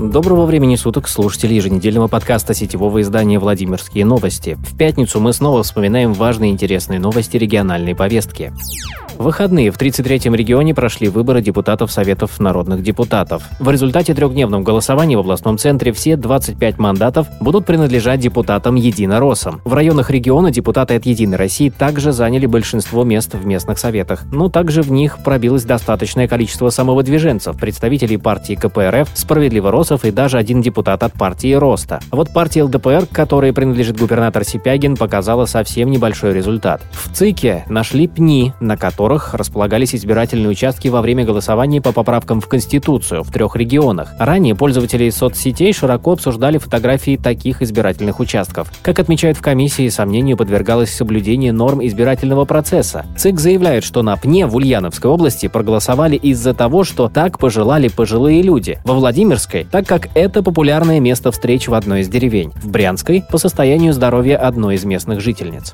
Доброго времени суток, слушатели еженедельного подкаста сетевого издания «Владимирские новости». В пятницу мы снова вспоминаем важные и интересные новости региональной повестки. В выходные в 33-м регионе прошли выборы депутатов Советов народных депутатов. В результате трехдневного голосования в областном центре все 25 мандатов будут принадлежать депутатам «Единороссам». В районах региона депутаты от «Единой России» также заняли большинство мест в местных советах, но также в них пробилось достаточное количество самовыдвиженцев, представителей партии КПРФ, «Справедливороссов» и даже один депутат от партии «Роста». А вот партия ЛДПР, к которой принадлежит губернатор Сипягин, показала совсем небольшой результат. В ЦИКе нашли пни, на которых располагались избирательные участки во время голосования по поправкам в Конституцию в 3 регионах. Ранее пользователи соцсетей широко обсуждали фотографии таких избирательных участков. Как отмечают в комиссии, сомнению подвергалось соблюдение норм избирательного процесса. ЦИК заявляет, что на пне в Ульяновской области проголосовали из-за того, что так пожелали пожилые люди. Во Владимирской, так как это популярное место встреч в одной из деревень. В Брянской – по состоянию здоровья одной из местных жительниц.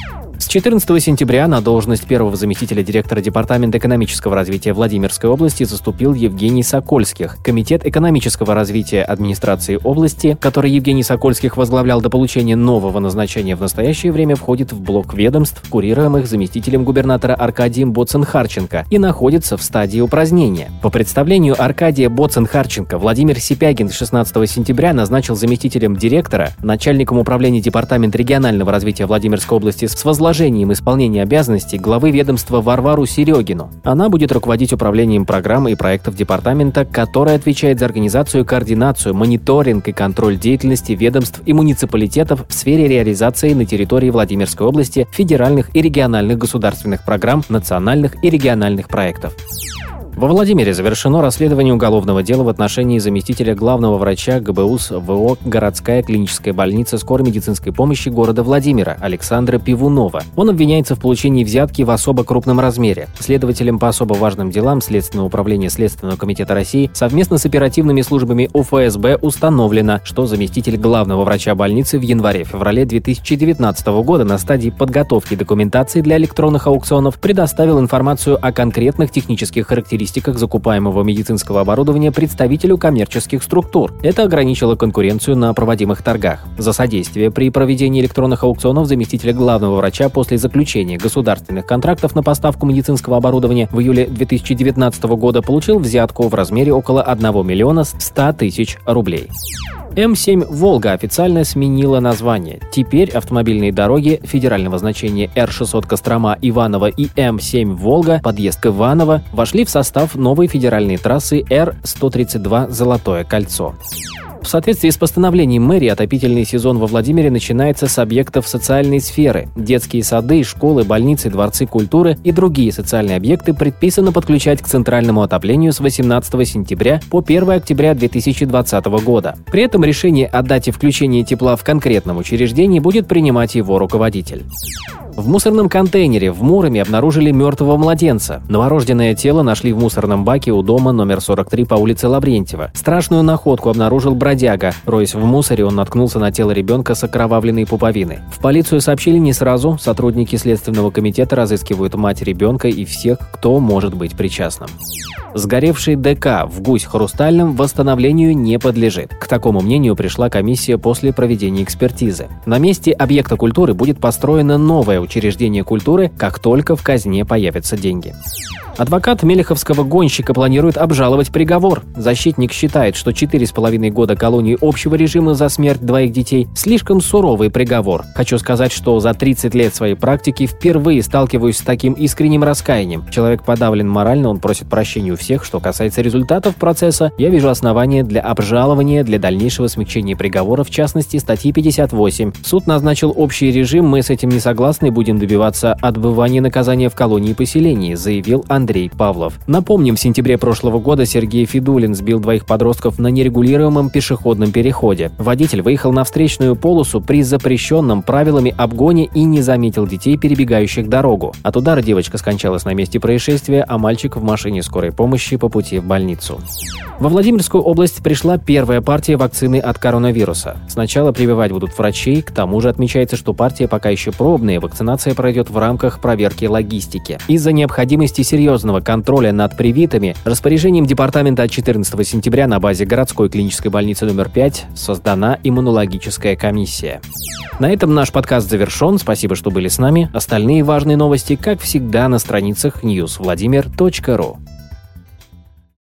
С 14 сентября на должность первого заместителя директора Департамента экономического развития Владимирской области заступил Евгений Сокольских. Комитет экономического развития администрации области, который Евгений Сокольских возглавлял до получения нового назначения, в настоящее время входит в блок ведомств, курируемых заместителем губернатора Аркадием Боцен-Харченко, и находится в стадии упразднения. По представлению Аркадия Боцен-Харченко, Владимир Сипягин 16 сентября назначил заместителем директора, начальником управления Департамента регионального развития Владимирской области с возложением исполнения обязанностей главы ведомства Варвару Серегину. Она будет руководить управлением программ и проектов департамента, который отвечает за организацию, координацию, мониторинг и контроль деятельности ведомств и муниципалитетов в сфере реализации на территории Владимирской области федеральных и региональных государственных программ, национальных и региональных проектов. Во Владимире завершено расследование уголовного дела в отношении заместителя главного врача ГБУС ВО «Городская клиническая больница скорой медицинской помощи города Владимира» Александра Пивунова. Он обвиняется в получении взятки в особо крупном размере. Следователям по особо важным делам Следственного управления Следственного комитета России совместно с оперативными службами УФСБ установлено, что заместитель главного врача больницы в январе-феврале 2019 года на стадии подготовки документации для электронных аукционов предоставил информацию о конкретных технических характеристиках закупаемого медицинского оборудования представителю коммерческих структур. Это ограничило конкуренцию на проводимых торгах. За содействие при проведении электронных аукционов заместителя главного врача после заключения государственных контрактов на поставку медицинского оборудования в июле 2019 года получил взятку в размере около 1 миллиона 100 тысяч рублей. М7 «Волга» официально сменила название. Теперь автомобильные дороги федерального значения Р-600 Кострома-Иваново и М7 «Волга» подъезд к Иваново вошли в состав новой федеральной трассы Р-132 «Золотое кольцо». В соответствии с постановлением мэрии, отопительный сезон во Владимире начинается с объектов социальной сферы. Детские сады, школы, больницы, дворцы культуры и другие социальные объекты предписано подключать к центральному отоплению с 18 сентября по 1 октября 2020 года. При этом решение о дате включения тепла в конкретном учреждении будет принимать его руководитель. В мусорном контейнере в Муроме обнаружили мертвого младенца. Новорожденное тело нашли в мусорном баке у дома номер 43 по улице Лаврентьева. Страшную находку обнаружил бродяга. Роясь в мусоре, он наткнулся на тело ребенка с окровавленной пуповиной. В полицию сообщили не сразу. Сотрудники Следственного комитета разыскивают мать ребенка и всех, кто может быть причастным. Сгоревший ДК в Гусь-Хрустальном восстановлению не подлежит. К такому мнению пришла комиссия после проведения экспертизы. На месте объекта культуры будет построено новое учреждение культуры, как только в казне появятся деньги. Адвокат мелеховского гонщика планирует обжаловать приговор. Защитник считает, что 4,5 года колонии общего режима за смерть 2 детей – слишком суровый приговор. Хочу сказать, что за 30 лет своей практики впервые сталкиваюсь с таким искренним раскаянием. Человек подавлен морально, он просит прощения у всех. Что касается результатов процесса, я вижу основания для обжалования, для дальнейшего смягчения приговора, в частности, статьи 58. Суд назначил общий режим, мы с этим не согласны, будем добиваться отбывания наказания в колонии и поселении, заявил Андрей Павлов. Напомним, в сентябре прошлого года Сергей Федулин сбил 2 подростков на нерегулируемом пешеходном переходе. Водитель выехал на встречную полосу при запрещенном правилами обгоне и не заметил детей, перебегающих дорогу. От удара девочка скончалась на месте происшествия, а мальчик в машине скорой помощи по пути в больницу. Во Владимирскую область пришла первая партия вакцины от коронавируса. Сначала прививать будут врачей, к тому же отмечается, что партия пока еще пробная, вакцинация пройдет в рамках проверки логистики. Из-за необходимости серьезно серьезного контроля над привитыми распоряжением департамента от 14 сентября на базе городской клинической больницы номер 5 создана иммунологическая комиссия. На этом наш подкаст завершен. Спасибо, что были с нами. Остальные важные новости, как всегда, на страницах newsvladimir.ru.